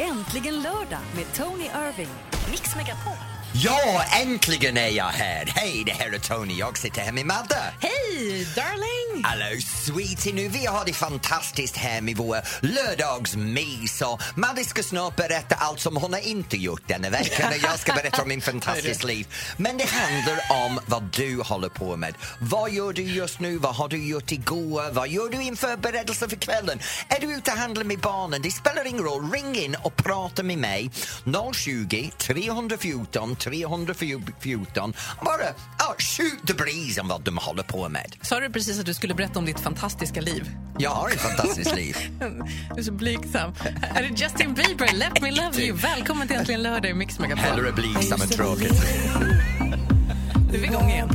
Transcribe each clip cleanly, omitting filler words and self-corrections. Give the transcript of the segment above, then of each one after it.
Äntligen lördag med Tony Irving. Mix Megapol. Ja, äntligen är jag här. Hej, det här är Tony. Jag sitter här med Madde. Hej, darling. Hallå, sweetie. Nu vi har det fantastiskt här med vår lördagsmys. Och Madde ska snart berätta allt som hon har inte gjort denna veckan. Jag ska berätta om min fantastiska liv. Men det handlar om vad du håller på med. Vad gör du just nu? Vad har du gjort igår? Vad gör du inför beredelse för kvällen? Är du ute och handlar med barnen? Det spelar ingen roll. Ring in och prata med mig. 020 314 314. Bara shoot the breeze om vad de håller på med. Sa du precis att du skulle berätta om ditt fantastiska liv? Jag har ett fantastiskt liv. Du är så blygsam. Är det Justin Bieber? Let me love you. Välkommen till Äntligen lördag i Mix Megapol. Hellre blygsam än tråkigt. Nu är vi igång igen.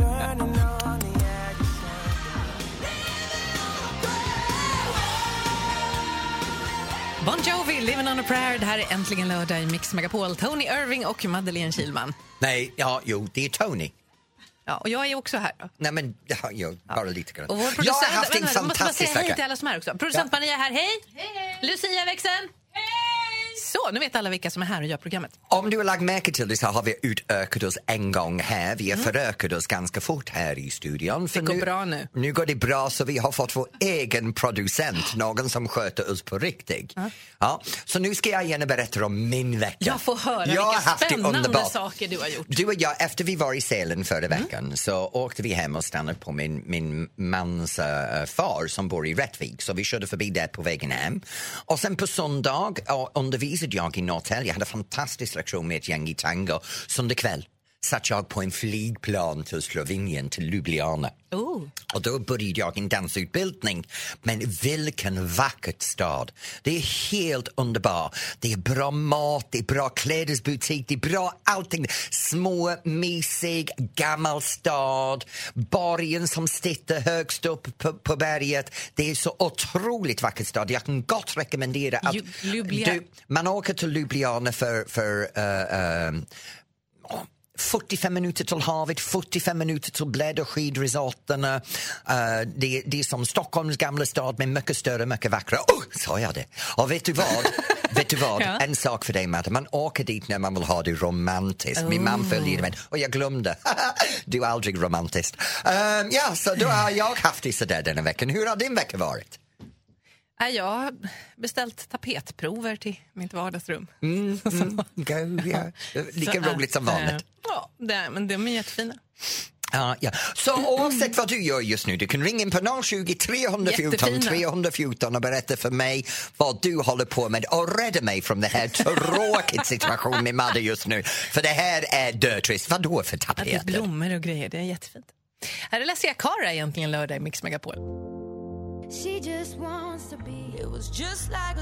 Bon Jovi, Living on a prayer. Det här är Äntligen lördag i Mix Megapol. Tony Irving och Madeleine Kilman. Nej, det är Tony. Ja, och jag är också här då. Nej, men bara lite grann. Och vår producent, jag har haft en fantastisk måste bara säga hej vecka. till alla som är här också. Producent Maria är här, hej! Hej! Lucia-växeln! Hej! Så, nu vet alla vilka som är här och gör programmet. Om du har lagt märke till det så har vi utökat oss en gång här. Vi har förökat oss ganska fort här i studion. För det går bra nu. Nu går det bra, så vi har fått vår egen producent. Någon som sköter oss på riktigt. Ja, så nu ska jag gärna berätta om min vecka. Jag får höra vilka spännande saker du har gjort. Du och jag, efter vi var i Sälen förra veckan så åkte vi hem och stannade på min mans far som bor i Rättvik. Så vi körde förbi där på vägen hem. Och sen på söndag undervisade jag i Norrtälje. Jag hade en fantastisk lektion med ett gäng i tango. Söndag kväll satt jag på en flygplan till Slovenien, till Ljubljana. Och då började jag en dansutbildning. Men vilken vacker stad. Det är helt underbart. Det är bra mat, det är bra klädesbutik, det är bra allting. Små, mysig, gammal stad. Borgen som sitter högst upp på berget. Det är så otroligt vacker stad. Jag kan gott rekommendera att man åker till Ljubljana för 45 minuter till havet, 45 minuter till blädderskidresorterna. Det är som Stockholms gamla stad med mycket större, mycket vackra. Sa jag det? Och vet du vad? Ja. En sak för dig, Matte. Man åker dit när man vill ha det romantiskt. Min man följer med. Och jag glömde. Du är aldrig romantisk. Så då har jag haft det sådär denna veckan. Hur har din vecka varit? Jag har beställt tapetprover till mitt vardagsrum. Lika roligt som vanligt. Ja, men de är jättefina. Ja. Så oavsett vad du gör just nu, du kan ringa in på 020 314 314 och berätta för mig vad du håller på med och rädda mig från det här tråkiga situationen med Madde just nu. För det här är dötrist. Vad då för tapeter? Det är blommor och grejer, det är jättefint. Här är Leslie Cara egentligen lördag i Mix Megapol. She just wants to be. It was just like a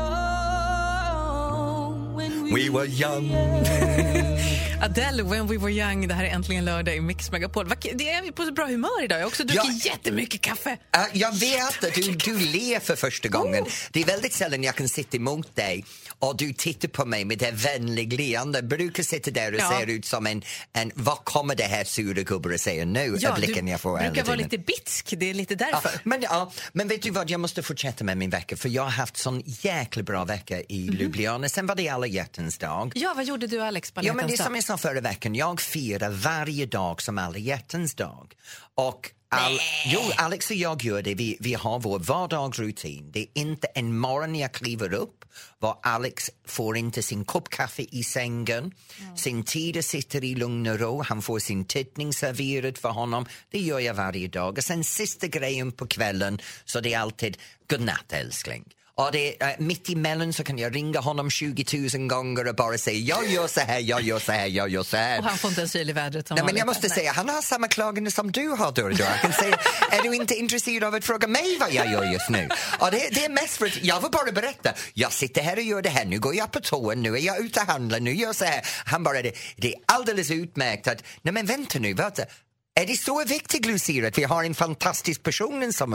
song when we were young. Adele, When We Were Young. Det här är äntligen lördag i Mix Megapol. Det är vi på så bra humör idag. Jag har också druckit jättemycket kaffe. Jag vet att du ler för första gången. Det är väldigt sällan jag kan sitta emot dig och du tittar på mig med det vänliga leende. Brukar sitta där och ser ut som en vad kommer det här sura gubbar att säga nu? Ja, blicken jag får du brukar vara lite bitsk. Det är lite därför. Men vet du vad, jag måste fortsätta med min vecka. För jag har haft sån jäkla bra vecka i Ljubljana. Sen var det alla hjärtans dag. Ja, vad gjorde du, Alex? Ja, men det är som jag sa förra veckan. Jag firar varje dag som alla hjärtans dag. Och Alex och jag gör det. Vi har vår vardagsrutin. Det är inte en morgon jag kliver upp var Alex får inte sin kopp kaffe i sängen. Sin tid sitter i lugn och ro. Han får sin tidning serverad för honom. Det gör jag varje dag. Och sen sista grejen på kvällen så det är alltid godnatt älskling. Och det är, mitt emellan så kan jag ringa honom 20 000 gånger och bara säga jag gör så här, jag gör så här, jag gör så här. Och han får inte en syl i vädret. Nej, men jag måste säga, han har samma klagande som du har då. Jag kan säga, är du inte intresserad av att fråga mig vad jag gör just nu? Och det är mest för att jag vill bara berätta. Jag sitter här och gör det här, nu går jag på toan, nu är jag ute och handlar, nu gör jag så här. Han bara, det är alldeles utmärkt att, nej men vänta nu, är det så viktigt, Lucia, att vi har en fantastisk person som...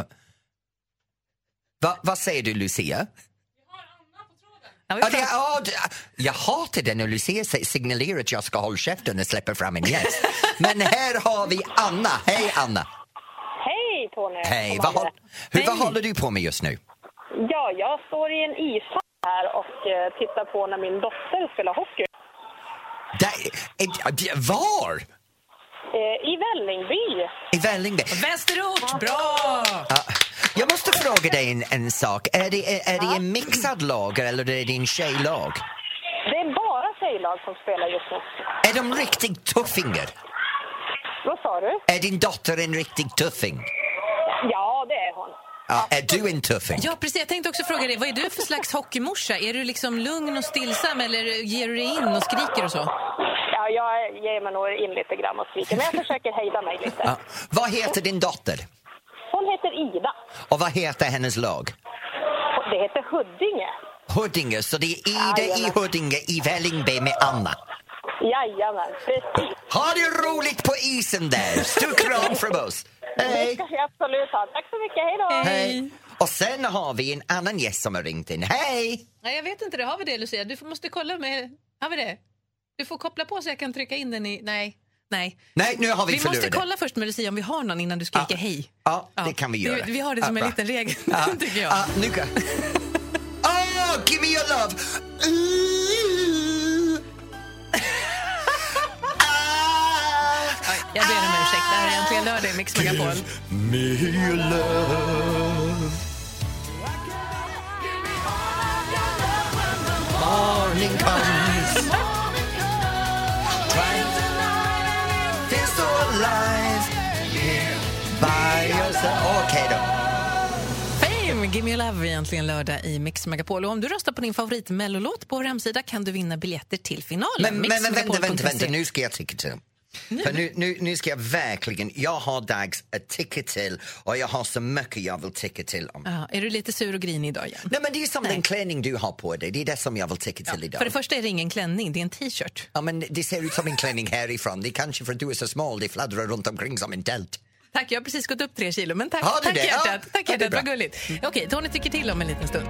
Vad säger du, Lucia? Jag hatar det när Lucia signalerar att jag ska hålla käften och släppa fram en gäst. Men här har vi Anna. Hej Anna. Hej Tony. Hej. Vad håller du på med just nu? Ja, jag står i en ishall här och tittar på när min dotter spelar hockey. Var? I Vällingby. I Vällingby. Västerort, bra! Jag måste fråga dig en sak. Är det en mixad lag eller är det en tjejlag? Det är bara tjejlag som spelar just nu. Är de riktigt tuffingar? Vad sa du? Är din dotter en riktig tuffing? Ja, det är hon. Ja, är du en tuffing? Ja, precis. Jag tänkte också fråga dig, vad är du för slags hockeymorsa? Är du liksom lugn och stillsam eller ger du dig in och skriker och så? Ja, jag ger mig nog in lite grann och skriker, men jag försöker hejda mig lite. Ja. Vad heter din dotter? Hon heter Ida. Och vad heter hennes lag? Det heter Huddinge. Huddinge, så det är Ida i Huddinge i Vällingby med Anna. Jajamän, precis. Ha det roligt på isen där. Stor kram från oss. Hej. Det ska jag absolut ha. Tack så mycket, hej då. Hej. Och sen har vi en annan gäst som har ringt in. Hej! Nej, jag vet inte det. Har vi det, Lucia? Du måste kolla med... Har vi det? Du får koppla på så jag kan trycka in den i... Nej, nu har vi måste kolla först med Lucia om vi har någon innan du skriker hej. Ja, det kan vi göra. Vi har det som en liten regel, tycker jag. Nu kan... give me your love! Jag ber om ursäkt. Det här är äntligen lördag i Mix Megapol. Me your love. Morning comes. Feel so alive. By yourself. Okej då. Fame, Give Me Love egentligen lördag i Mix Megapol. Och om du röstar på din favorit mellolåt på vår hemsida kan du vinna biljetter till finalen. Men vänta, nu ska jag tycka till. För nu ska jag verkligen... Jag har dags att tycka till och jag har så mycket jag vill tycka till om. Ja, är du lite sur och grinig idag igen? Nej, men det är som den klänning du har på dig. Det är det som jag vill tycka till idag. För det första är det ingen klänning, det är en t-shirt. Ja, men det ser ut som en klänning härifrån. Det är kanske för att du är så smal, det fladdrar runt omkring som en tält. Tack, jag har precis gått upp 3 kilo, men tack det? hjärtat. Ja, tack hjärtat, vad gulligt. Okej, Tony tycker till om en liten stund.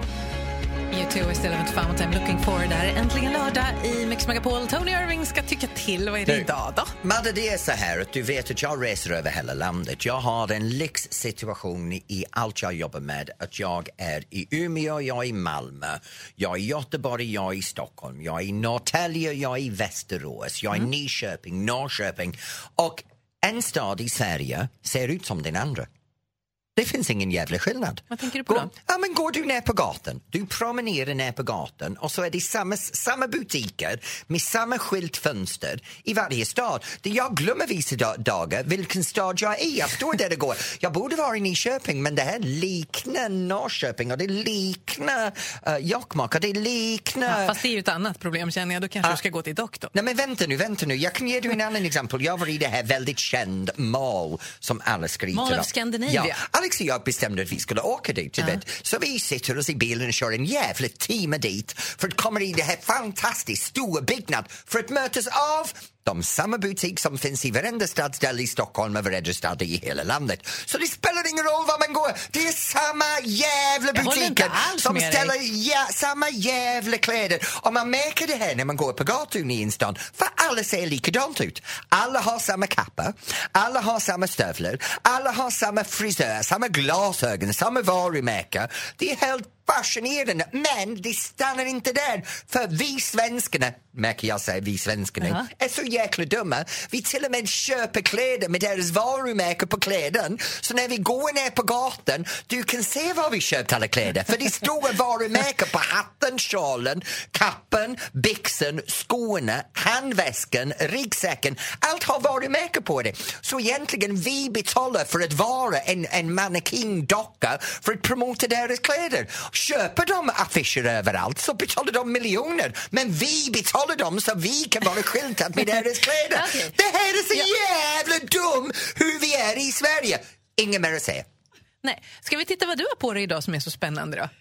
U2 istället för Found Time Looking For. Det här är äntligen lördag i Mix Megapol. Tony Irving ska tycka till. Vad är det idag då? Madde, det är så här att du vet att jag reser över hela landet. Jag har en lyxsituation i allt jag jobbar med. Att jag är i Umeå, jag är i Malmö, jag är i Göteborg, jag är i Stockholm, jag är i Norrtälje, jag är i Västerås, jag är i Nyköping, Norrköping. Och en stad i Sverige ser ut som den andra. Det finns ingen jävla skillnad. Vad tänker du på då? Ja, men går du ner på gatan, du promenerar ner på gatan och så är det samma butiker med samma skyltfönster i varje stad. Det jag glömmer vissa dagar vilken stad jag är i. Jag står där och går. Jag borde vara i Nyköping, men det här liknar Norrköping och det liknar Jokkmokk och det liknar... Ja, fast det är ju ett annat problem, känner jag. Då kanske du ska gå till doktorn. Nej, men vänta nu. Jag kan ge dig en annan exempel. Jag var i det här väldigt känd Mall som alla skryter om. Mall of Scandinavia. Ja. Alex och jag bestämde att vi skulle åka dit, så vi sitter oss i bilen och kör en jävla timme dit för att komma i det här fantastiskt stora byggnad för att mötas av de samma butik som finns i varenda stadsdel i Stockholm och varenda stad i hela landet. Så det spelar ingen roll var man går. Det är samma jävla butiker som ställer samma jävla kläder. Och man märker det här när man går på gatan i en stad. För alla ser likadant ut. Alla har samma kappa. Alla har samma stövlar. Alla har samma frisör, samma glasögon, samma varumärke. Det är helt fascinerande, men det stannar inte där. För vi svenskarna, märker jag säga, vi svenskarna är så jäkla dumma. Vi till och med köper kläder med deras varumärke på kläden. Så när vi går ner på gatan, du kan se var vi köpt alla kläder. För det står varumärken på hatten, sjalen, kappen, byxan, skorna, handväskan, ryggsäcken. Allt har varumärken på det. Så egentligen vi betalar för att vara en mannequin-docka för att promota deras kläder. Köper de affischer överallt så betalar de miljoner. Men vi betalar dem så vi kan vara skyltat med deras kläder. Okay. Det här är så jävla dum hur vi är i Sverige. Ingen mer att säga. Nej. Ska vi titta vad du har på dig idag som är så spännande då?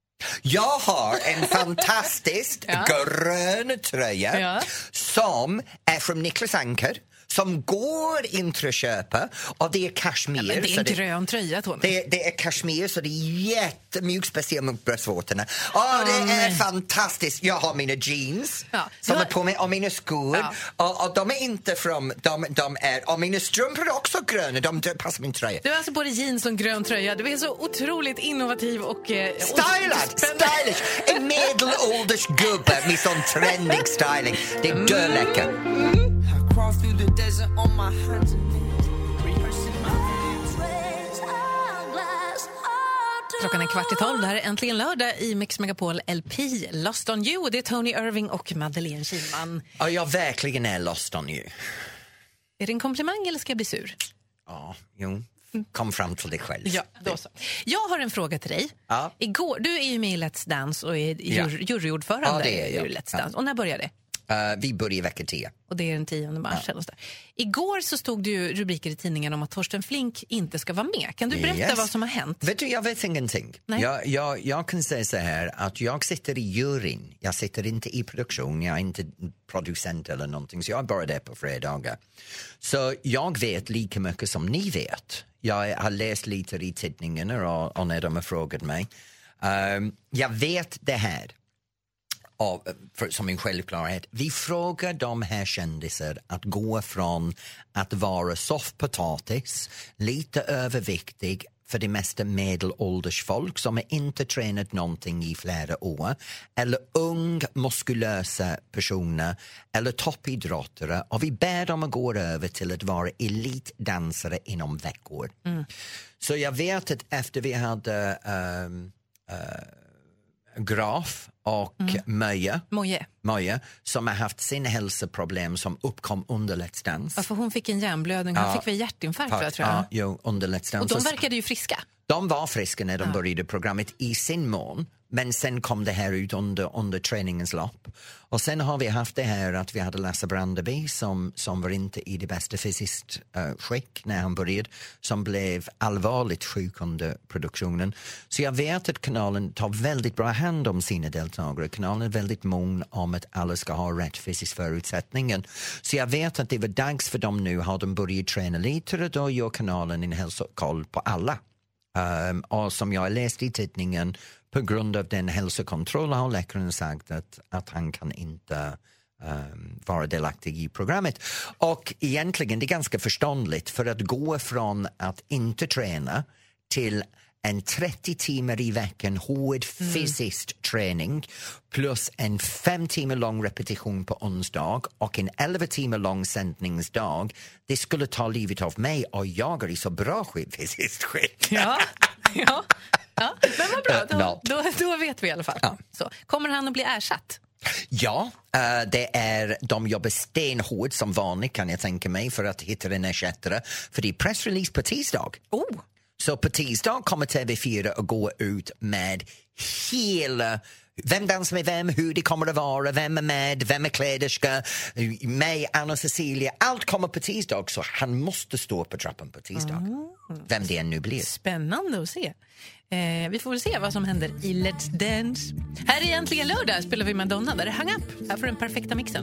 Jag har en fantastisk grön tröja som är från Niklas Anker. som går inte att köpa och det är kashmir. Men det är en grön tröja, Tony. Det är kashmir så det är jättemjukt, speciellt mot bröstvårtorna. Det är fantastiskt. Jag har mina jeans som är på mig och mina skor och de är inte från de är och mina strumpor är också gröna, de passar min tröja. Du har alltså både jeans och grön tröja. Du är så otroligt innovativ och stylish. En medelålders gubbe med sån trendig styling. Det är döläcker. Klockan är 11:15. Det här är äntligen lördag i Mix Megapol LP. Lost on you. Det är Tony Irving och Madeleine Kihlman. Ja, jag verkligen är lost on you. Är det en komplimang eller ska jag bli sur? Ja, jo. Kom fram till dig själv. Ja, då så. Jag har en fråga till dig. Ja. Igår, du är ju med i Let's Dance och är juryordförande i Let's Dance. Och när börjar det? Vi börjar i vecka 10. Och det är den 10 mars. Igår så stod det ju rubriker i tidningen om att Torsten Flink inte ska vara med. Kan du berätta vad som har hänt? Vet du, jag vet ingenting. Jag kan säga så här att jag sitter i juryn. Jag sitter inte i produktion. Jag är inte producent eller någonting. Så jag är bara där på fredagar. Så jag vet lika mycket som ni vet. Jag har läst lite i tidningarna och när de har frågat mig. Jag vet det här. Som en självklarhet. Vi frågar de här kändisar att gå från att vara soffpotatis, lite överviktig för det mesta medelålders folk som är inte tränat någonting i flera år, eller ung muskulösa personer eller toppidrottare, och vi ber dem att gå över till att vara elitdansare inom veckor. Så jag vet att efter vi hade Graf och Moje som har haft sin hälsoproblem som uppkom under Let's Dance. Ja, för hon fick en hjärnblödning, han fick väl hjärtinfarkt tror jag. Ja, under Let's Dance. Och de verkade ju friska. De var friska när de började programmet i sin mån. Men sen kom det här ut under träningens lopp. Och sen har vi haft det här att vi hade Lasse Brandeby som var inte i det bästa fysiskt skick när han började. Som blev allvarligt sjuk under produktionen. Så jag vet att kanalen tar väldigt bra hand om sina deltagare. Kanalen är väldigt mån om att alla ska ha rätt fysisk förutsättningen. Så jag vet att det var dags för dem nu. Har de börjat träna lite och då gör kanalen en hälsokoll på alla. Och som jag har läst i tidningen, på grund av den hälsokontroll har läkaren sagt att han kan inte vara delaktig i programmet. Och egentligen det är ganska förståndigt, för att gå från att inte träna till en 30 timmar i veckan hård fysisk träning plus en 5 timmar lång repetition på onsdag och en 11 timmar lång sändningsdag. Det skulle ta livet av mig, och jag är i så bra fysiskt skick. Ja. Men vad bra, då vet vi i alla fall. Så, kommer han att bli ersatt? Ja, de jobbar stenhårt som vanligt, kan jag tänka mig, för att hitta en ersättare. För det är pressrelease på tisdag. Så på tisdag kommer TV4 att gå ut med hela vem dansar med vem, hur det kommer att vara, vem är med, vem är kläderska, mig, Anna och Cecilia. Allt kommer på tisdag, så han måste stå på trappan på tisdag. Vem det än nu blir. Spännande att se. Vi får väl se vad som händer i Let's Dance. Här är äntligen lördag, spelar vi Madonna. Där är Hang Up, här får den perfekta mixen.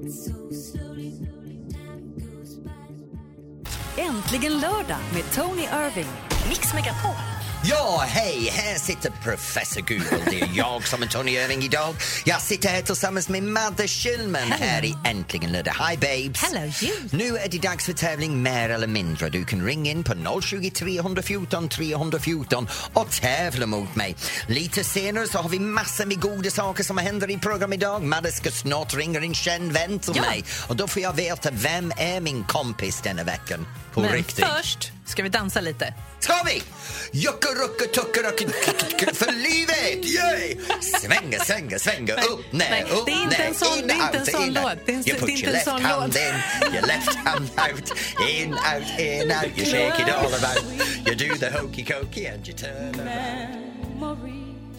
Äntligen lördag med Tony Irving. Mix Megapol. Ja, hej, här sitter Professor Google. Det är jag som är Tony Irving idag. Jag sitter här tillsammans med Madde Kihlman här i Äntligen lördag. Hi babes. Hello you. Nu är det dags för tävling mer eller mindre. Du kan ringa in på 020 314 314 och tävla mot mig. Lite senare så har vi massor med goda saker som händer i program idag. Madde ska snart ringa en känd vän till mig. Och då får jag veta vem är min kompis denna veckan. På Men riktigt. Först ska vi dansa lite. Ska vi? Jucka, rucka, tucka, rucka, för livet! Yay! Svänga, upp, ner, upp, det är inte en sån, det är inte en sån låt. Det är you put inte your en sån left hand låt. in, your left hand out, in, out, you shake it all about, you do the hokey cokey and you turn around.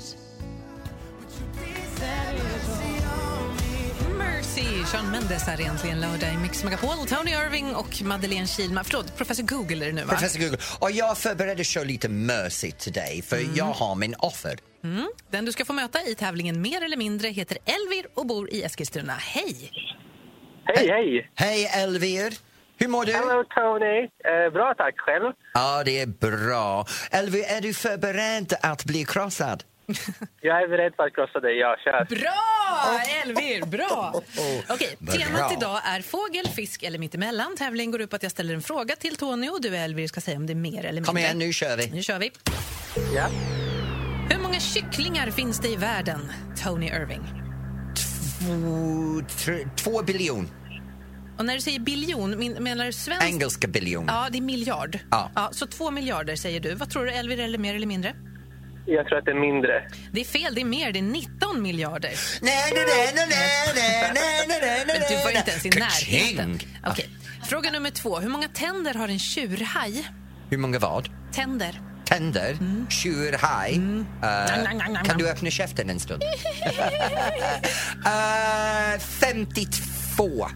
Shawn Mendes här egentligen lördag i Mix Megapol. Tony Irving och Madeleine Kihlman. Förlåt, Professor Google är det nu, va? Professor Google. Och jag förberedde att köra lite Mercy today, för jag har min offer. Den du ska få möta i tävlingen Mer eller mindre heter Elvir och bor i Eskilstuna. Hej! Hej! Hej Elvir. Hur mår du? Hello Tony. Bra, tack. Själv? Ja, det är bra. Elvi, är du förberedd att bli krossad? Jag är beredd på att krossa dig, ja, kör. Bra, Elvir, bra. Okej, Bra. temat idag är fågel, fisk eller mittemellan. Tävlingen går ut på att jag ställer en fråga till Tony och du, Elvir, ska säga om det är mer eller mindre. Kom igen, nu kör vi. Nu kör vi. Ja. Hur många kycklingar finns det i världen, Tony Irving? 2 biljon. Och när du säger biljon, menar du svensk? Engelska biljon. Ja, det är miljard. Ja. Så 2 miljarder säger du. Vad tror du, Elvir, eller mer eller mindre? Jag tror att det är mindre. Det är fel, det är mer, det är 19 miljarder. Nej. Men du var inte ens i närheten. Ka-ching. Okej. Fråga nummer 2. Hur många tänder har en tjurhaj? Hur många vad? Tänder. Tänder, tjurhaj. Kan du öppna käften en stund? 52.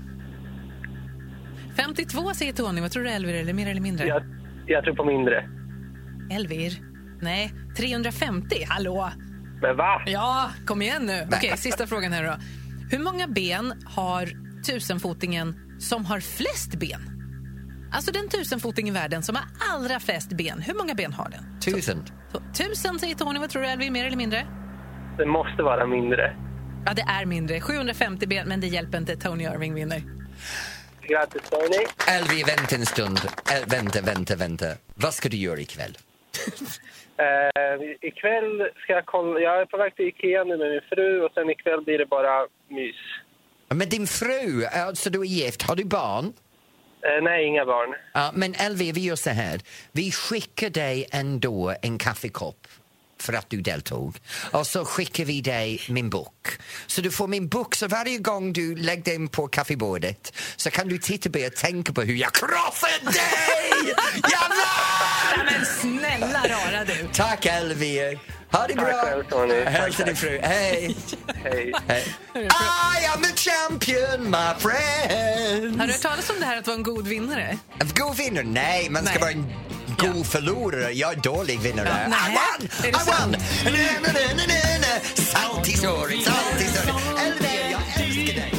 52 säger Tony. Vad tror du, Elvir, eller mer eller mindre? Jag tror på mindre. Elvir? Nej, 350. Hallå? Men va? Ja, kom igen nu. Okej, sista frågan här då. Hur många ben har tusenfotingen som har flest ben? Alltså den tusenfoting i världen som har allra flest ben. Hur många ben har den? 1000. 1000 säger Tony. Vad tror du, Elvir, mer eller mindre? Det måste vara mindre. Ja, det är mindre. 750 ben, men det hjälper inte. Tony Irving vinner. Grattis, Tony. Elvi, vänta en stund. Vänta. Vad ska du göra ikväll? Ikväll ska jag kolla. Jag är på väg till Ikea nu med min fru och sen ikväll blir det bara mys. Men din fru, alltså du är gift, har du barn? Nej, inga barn. Ja, men Elvi, vi gör så här. Vi skickar dig ändå en kaffekopp för att du deltog. Och så skickar vi dig min bok. Så du får min bok, så varje gång du lägger den på kaffebordet så kan du titta på och tänka på hur jag krossar dig! Ja, men snälla rara du. Tack, Elvi. Ha det bra. Tack själv, Tony. Hälsa din fru. Hej. Hej. I am the champion, my friend. Har du hört talas om det här att vara en god vinnare? En god vinnare? Nej, man ska Nej. vara en god förlorare. Jag är dålig vinnare. Ja, nej. I won! Saltisåret. Elvira, jag älskar dig.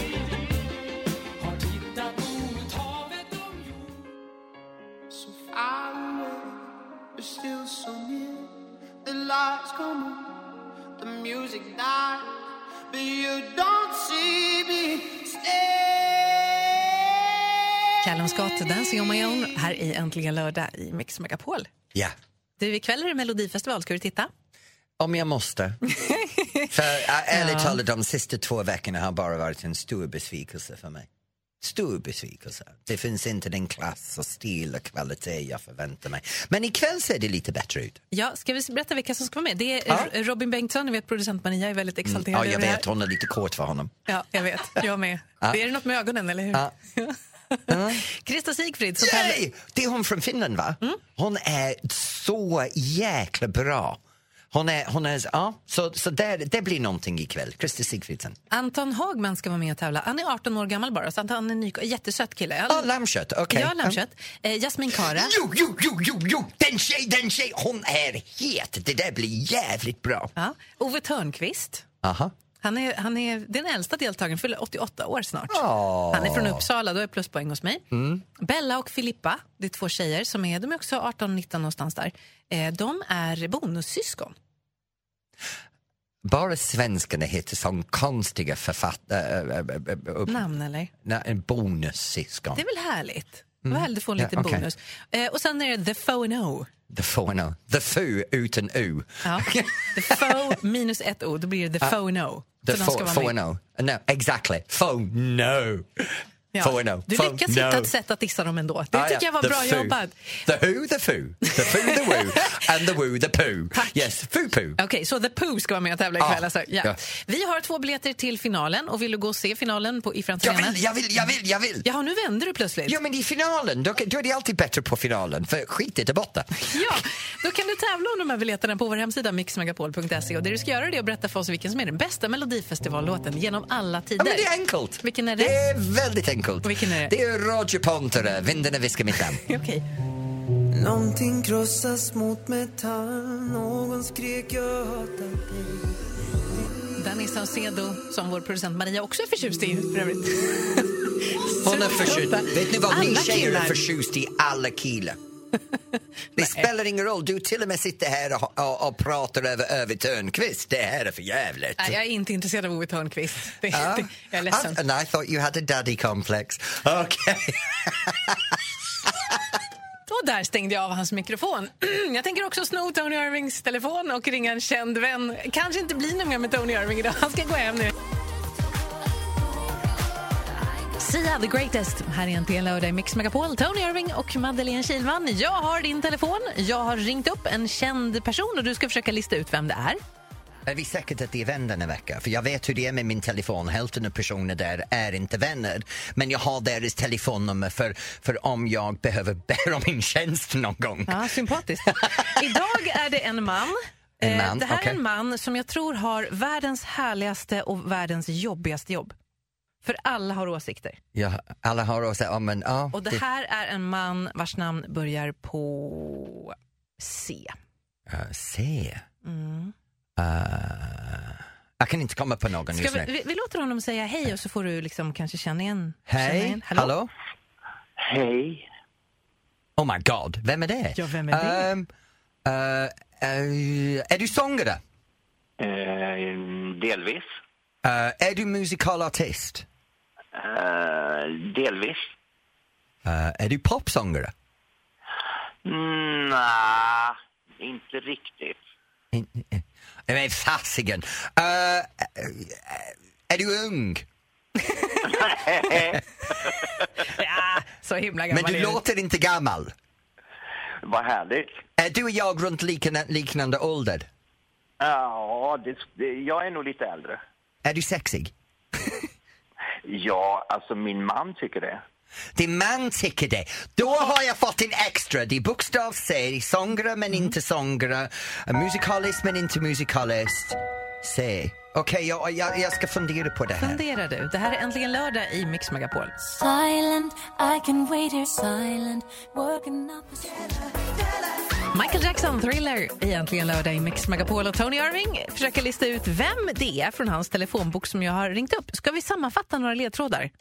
Still so near, the lights come on, the music dies, but you don't see me stay. Callum Scott, Dancing on my own, här i Äntligen lördag i Mix Megapol. Ja. Du, ikväll är det Melodifestival, ska du titta? Om jag måste. För ärligt talat, de sista 2 veckorna har bara varit en stor besvikelse för mig. Stor besvikelse. Det finns inte den klass och stil och kvalitet jag förväntar mig. Men ikväll ser det lite bättre ut. Ja, ska vi berätta vilka som ska vara med? Det är Robin Bengtsson, jag vet, producent Maria är väldigt exalterad. Ja, jag över det vet, hon är lite kort för honom. Ja, jag vet. Jag med. Det är det något med ögonen, eller hur? Ja. Krista Sigfrid. Yay! Det är hon från Finland, va? Hon är så jäkla bra. Hon är så det blir någonting ikväll. Krista Sigfridsen. Anton Hagman ska vara med och tävla. Han är 18 år gammal bara, så han är ny, jättesöt kille. Lammkött, okej. Ja, lammkött. Jasmin Kara. Jo, den tjej, hon är het. Det där blir jävligt bra. Ja. Ove Törnqvist. Aha. Han är den äldsta deltagaren, fyller 88 år snart. Han är från Uppsala, då är pluspoäng hos mig. Bella och Filippa, det är 2 tjejer som de är också 18-19 någonstans där. De är bonussyskon. Bara svenskarna heter sån konstiga Namn, eller? Nej, en bonussyskon. Det är väl härligt. Det var härligt att få en liten bonus. Och sen är det The Phono. The Phono. The Fo utan U. Ja. The Fo minus 1 O, då blir det The Phono. The Phono. No, exactly. Phono. Ja. Phono. Du lyckas hitta ett sätt att dissa dem ändå. Det tycker jag var bra jobbat. The Who, the Foo. The Foo, the Woo. And the Woo, the Poo. Tack. Yes, Foo-Poo. Okej, så The Pooh ska vara med och tävla ikväll. Alltså. Ja. Vi har 2 biljetter till finalen och vill du gå och se finalen på Friends Arena? Jag vill. Ja, nu vänder du plötsligt. Ja, men i finalen, då är det alltid bättre på finalen, för skitet är borta. Ja, då kan du tävla om de här biljetterna på vår hemsida mixmegapol.se, och det du ska göra är att berätta för oss vilken som är den bästa Melodifestivallåten genom alla tider. Ja, men det är enkelt. Vilken är det? Det är väldigt enkelt. Och vilken är det? Det är Roger Pontare, Vinden är viskar mitt namn. Okej. Någonting krossas mot metall. Någon skrek jag hatar dig. Danny Saucedo, som vår producent Maria också är förtjust i för övrigt. Hon är förtjust. Vet ni vad, ni Alla tjejer killar är förtjust i alla killar. Det spelar ingen roll, du till och med sitter här och pratar över Owe Thörnqvist. Det här är för jävligt. Nej, jag är inte intresserad av Owe Thörnqvist. Jag är ledsen. And I thought you had a daddy complex. Okay. Och där stängde jag av hans mikrofon. Jag tänker också sno Tony Irvings telefon och ringa en känd vän. Kanske inte blir någon med Tony Irving idag. Han ska gå hem nu. Sia, the greatest. Här är äntligen lördag i Mix Megapol. Tony Irving och Madeleine Kilman. Jag har din telefon. Jag har ringt upp en känd person och du ska försöka lista ut vem det är. Är vi säkert att det är vän denna vecka? För jag vet hur det är med min telefon. Hälften av personer där är inte vänner. Men jag har deras telefonnummer för om jag behöver be om min tjänst någon gång. Ja, sympatiskt. Idag är det en man. Det här är en man som jag tror har världens härligaste och världens jobbigaste jobb. För alla har åsikter. Ja, alla har åsikter. Men, och det här är en man vars namn börjar på C. C? Jag kan inte komma på någon just nu. Vi låter honom säga hej och så får du liksom kanske känna igen. Hej, hallå? Hej. Oh my god, vem är det? Ja, vem är det? Är du sångare? Delvis. Är du musikalartist? Delvis. Är du popsångare? Nej, inte riktigt. Men fasigen. Är du ung? Ja, så himla gammal. Men du låter inte gammal. Vad härligt. Är du och jag runt liknande ålder? Ja, jag är nog lite äldre. Är du sexig? Ja, alltså min man tycker det. Din man tycker det. Då har jag fått en extra. Det är bokstav C. Sångare men inte sångare. Musikalist men inte musikalist. C. Okej, jag ska fundera på det här. Funderar du? Det här är äntligen lördag i Mix Megapol. Silent, I can wait here silent, working up a... Michael Jackson, Thriller, egentligen lördag i Mix Megapol och Tony Irving försöker lista ut vem det är från hans telefonbok som jag har ringt upp. Ska vi sammanfatta några ledtrådar?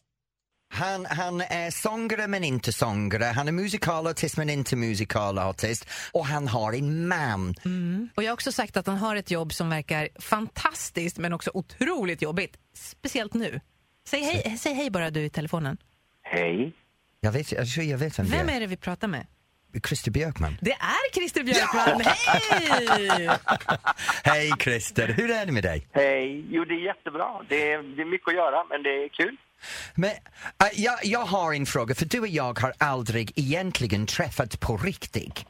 Han är sångare men inte sångare. Han är musikalartist men inte musikalartist. Och han har en man. Och jag har också sagt att han har ett jobb som verkar fantastiskt men också otroligt jobbigt. Speciellt nu. Säg hej bara du i telefonen. Hej. Jag vet vem är det vi pratar med? Christer Björkman. Det är Christer Björkman. Ja! Hej! Hej Christer, hur är det med dig? Hej, jo det är jättebra. Det är mycket att göra men det är kul. Men jag har en fråga, för du och jag har aldrig egentligen träffat på riktigt.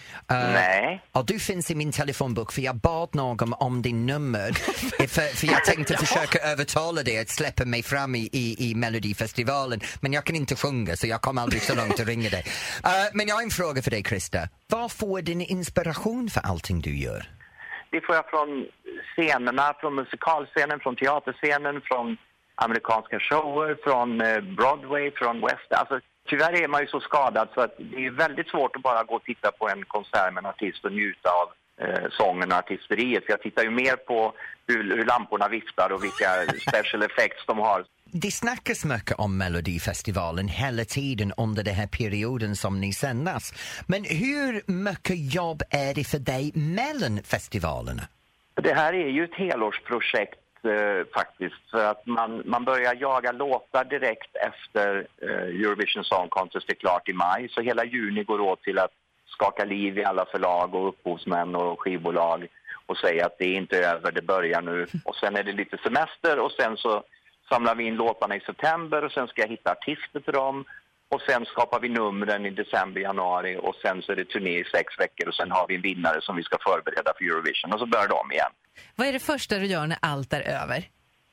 Nej. Och du finns i min telefonbok för jag bad någon om din nummer för jag tänkte försöka övertala dig att släppa mig fram i Melodifestivalen, men jag kan inte sjunga så jag kommer aldrig så långt att ringa dig. Men jag har en fråga för dig Christer. Var får din inspiration för allting du gör? Det får jag från scenerna, från musikalscenen, från teaterscenen, från amerikanska shower, från Broadway, från West. Alltså, tyvärr är man ju så skadad så att det är väldigt svårt att bara gå och titta på en konsert med en artist och njuta av sången och artisteriet. För jag tittar ju mer på hur lamporna viftar och vilka special effects de har. Det snackas mycket om Melodifestivalen hela tiden under den här perioden som ni sändas. Men hur mycket jobb är det för dig mellan festivalerna? Det här är ju ett helårsprojekt faktiskt, för att man börjar jaga låtar direkt efter Eurovision Song Contest är klart i maj, så hela juni går åt till att skaka liv i alla förlag och upphovsmän och skivbolag och säga att det är inte över, det börjar nu, och sen är det lite semester och sen så samlar vi in låtarna i september och sen ska jag hitta artister till dem och sen skapar vi numren i december, januari och sen så är det turné i 6 veckor och sen har vi en vinnare som vi ska förbereda för Eurovision och så börjar de igen. Vad är det första du gör när allt är över?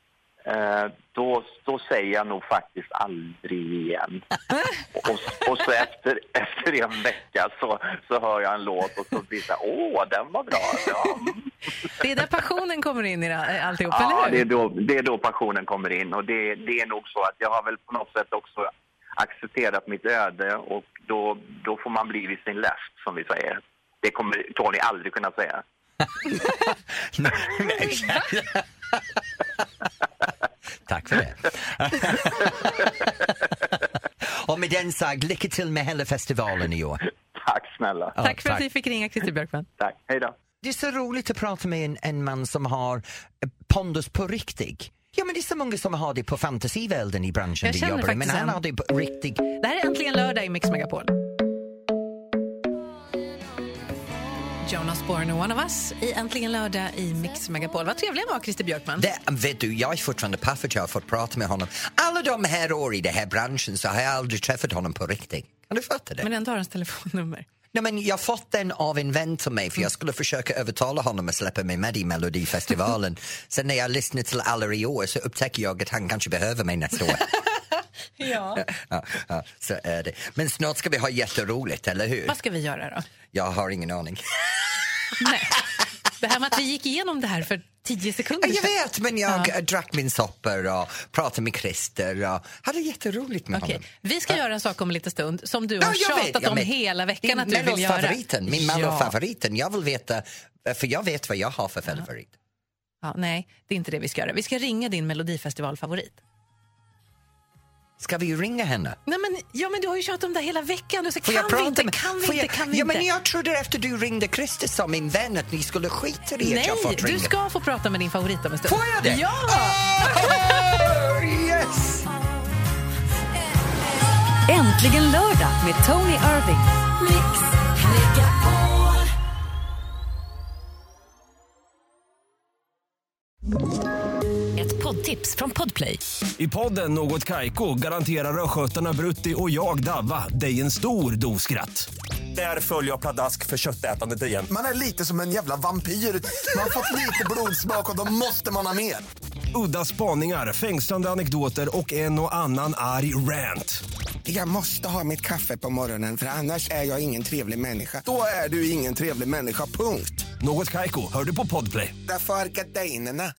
Då säger jag nog faktiskt aldrig igen. och så efter en vecka så hör jag en låt och så blir det den var bra. Ja. Det är där passionen kommer in i alltihop, ja, eller hur? Det är då passionen kommer in och det är nog så att jag har väl på något sätt också accepterat mitt öde och då får man bli vid sin läst, som vi säger. Det kommer Tony aldrig kunna säga. Tack för det. Och med den sagt, lycka till med hela festivalen i år. Tack snälla. Ja, Tack för att vi fick ringa, Christer Björkman. Tack, hej då. Det är så roligt att prata med en man som har pondus på riktigt. Ja, men det är så många som har det på fantasivärlden i branschen vi jobbar i. Men han har det på riktigt. Det här är Äntligen lördag i Mix Megapol. Jonas Born och One of Us i Äntligen lördag i Mix Megapol. Vad trevlig han var, Christer Björkman. Vet du, jag är fortfarande paff att jag har fått prata med honom. Alla de här år i den här branschen så har jag aldrig träffat honom på riktigt. Kan du fatta det? Men ändå har hans telefonnummer. Nej, men jag fått den av en vän till mig för jag skulle försöka övertala honom att släppa mig med i Melodifestivalen. Sen när jag lyssnar till alla i år så upptäcker jag att han kanske behöver mig nästa år. Ja. Ja, så är det. Men snart ska vi ha jätteroligt, eller hur? Vad ska vi göra då? Jag har ingen aning. Nej. Det här med att vi gick igenom det här för 10 sekunder Jag vet, men jag drack min soppor och pratade med Christer och hade jätteroligt med honom. Vi ska göra en sak om en liten stund som du har tjatat om hela veckan att du vill göra. Min Mello-favoriten. Jag vill veta, för jag vet vad jag har för favorit. Ja, nej, det är inte det vi ska göra. Vi ska ringa din Melodifestival-favorit. Ska vi ringa henne? Nej, men du har ju tjatat om det hela veckan. Du säger, kan vi inte. Ja, men jag trodde efter du ringde Christer som min vän att ni skulle skita i att jag fått ringa. Nej, du ska få prata med din favorit om en stund. Får jag det? Ja! Yes! Äntligen lördag med Tony Irving. Mix Megapol. Ett poddtips från Podplay. I podden Något Kaiko garanterar östgötarna Brutti och jag Davva dig en stor dos skratt. Där följer jag pladask för köttätandet igen. Man är lite som en jävla vampyr. Man har fått lite blodsmak och då måste man ha mer. Udda spaningar, fängslande anekdoter och en och annan arg rant. Jag måste ha mitt kaffe på morgonen för annars är jag ingen trevlig människa. Då är du ingen trevlig människa, punkt. Något Kaiko, hör du på Podplay. Därför är gardinerna.